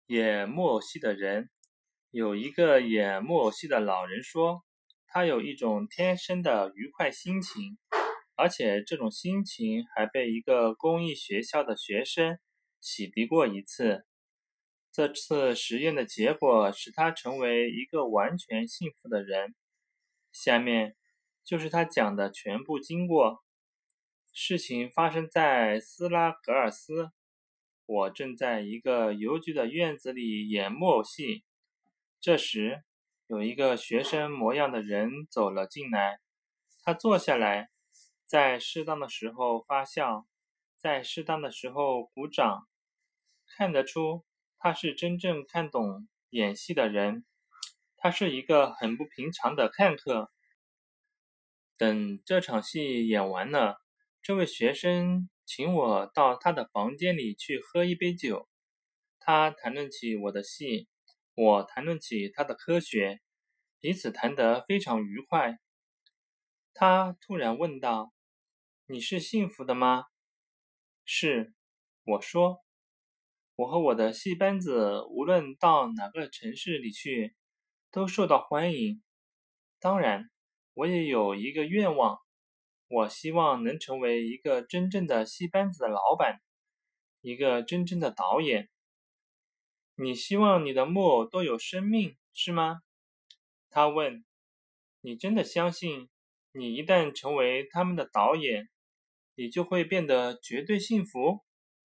演木偶戏的人，有一个演木偶戏的老人说，他有一种天生的愉快心情，而且这种心情还被一个公益学校的学生洗涤过一次。这次实验的结果使他成为一个完全幸福的人。下面就是他讲的全部经过。事情发生在斯拉格尔斯，我正在一个邮局的院子里演木偶戏。这时，有一个学生模样的人走了进来，他坐下来，在适当的时候发笑，在适当的时候鼓掌，看得出他是真正看懂演戏的人。他是一个很不平常的看客。等这场戏演完了，这位学生请我到他的房间里去喝一杯酒。他谈论起我的戏，我谈论起他的科学，彼此谈得非常愉快。他突然问道：“你是幸福的吗？”是，我说。我和我的戏班子无论到哪个城市里去，都受到欢迎。当然，我也有一个愿望，我希望能成为一个真正的戏班子的老板，一个真正的导演。你希望你的木偶都有生命，是吗？他问。你真的相信，你一旦成为他们的导演，你就会变得绝对幸福？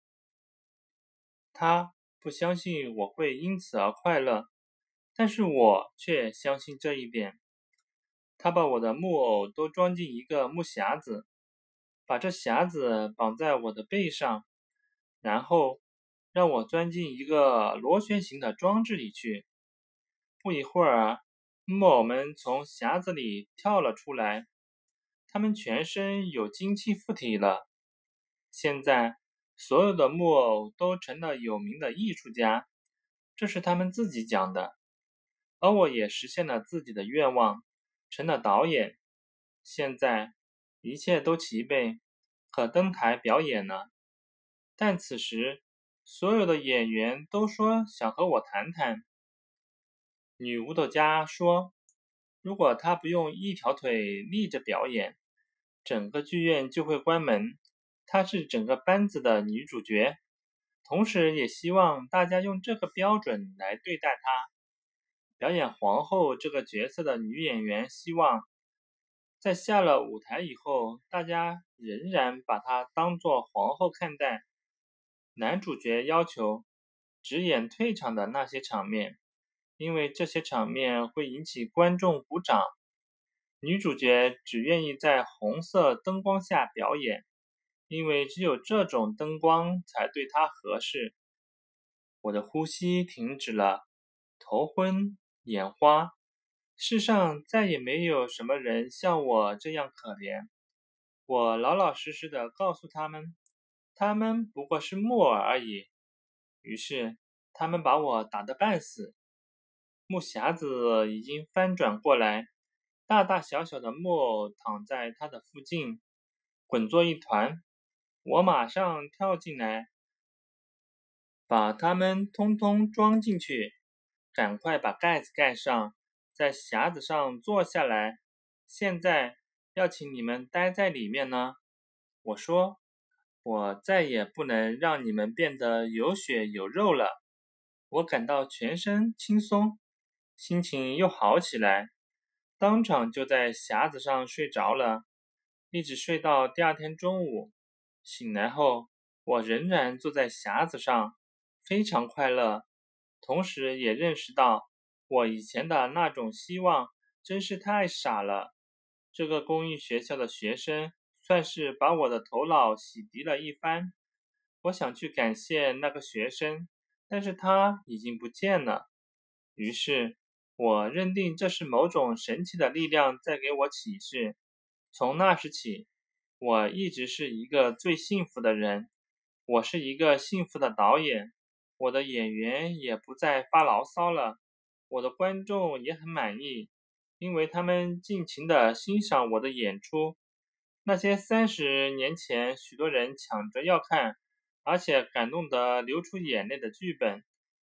他不相信我会因此而快乐，但是我却相信这一点。他把我的木偶都装进一个木匣子，把这匣子绑在我的背上，然后让我钻进一个螺旋形的装置里去。不一会儿，木偶们从匣子里跳了出来，他们全身有精气附体了。现在，所有的木偶都成了有名的艺术家，这是他们自己讲的。而我也实现了自己的愿望，成了导演。现在，一切都齐备，可登台表演了。但此时，所有的演员都说想和我谈谈。女舞蹈家说，如果她不用一条腿立着表演，整个剧院就会关门。她是整个班子的女主角，同时也希望大家用这个标准来对待她。表演皇后这个角色的女演员希望，在下了舞台以后，大家仍然把她当作皇后看待。男主角要求只演退场的那些场面，因为这些场面会引起观众鼓掌。女主角只愿意在红色灯光下表演，因为只有这种灯光才对她合适。我的呼吸停止了，头昏眼花。世上再也没有什么人像我这样可怜。我老老实实的告诉他们，他们不过是木偶而已。于是他们把我打得半死。木匣子已经翻转过来，大大小小的木偶躺在它的附近，滚作一团。我马上跳进来，把它们通通装进去。赶快把盖子盖上，在匣子上坐下来。现在要请你们待在里面呢。我说，我再也不能让你们变得有血有肉了。我感到全身轻松，心情又好起来，当场就在匣子上睡着了，一直睡到第二天中午。醒来后，我仍然坐在匣子上，非常快乐，同时也认识到我以前的那种希望真是太傻了。这个公益学校的学生算是把我的头脑洗涤了一番。我想去感谢那个学生，但是他已经不见了。于是，我认定这是某种神奇的力量在给我启示。从那时起，我一直是一个最幸福的人。我是一个幸福的导演，我的演员也不再发牢骚了，我的观众也很满意，因为他们尽情地欣赏我的演出。那些30年前许多人抢着要看，而且感动得流出眼泪的剧本，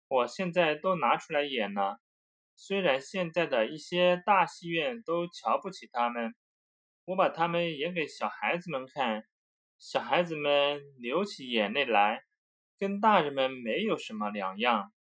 我现在都拿出来演了。虽然现在的一些大戏院都瞧不起他们，我把他们演给小孩子们看，小孩子们流起眼泪来，跟大人们没有什么两样。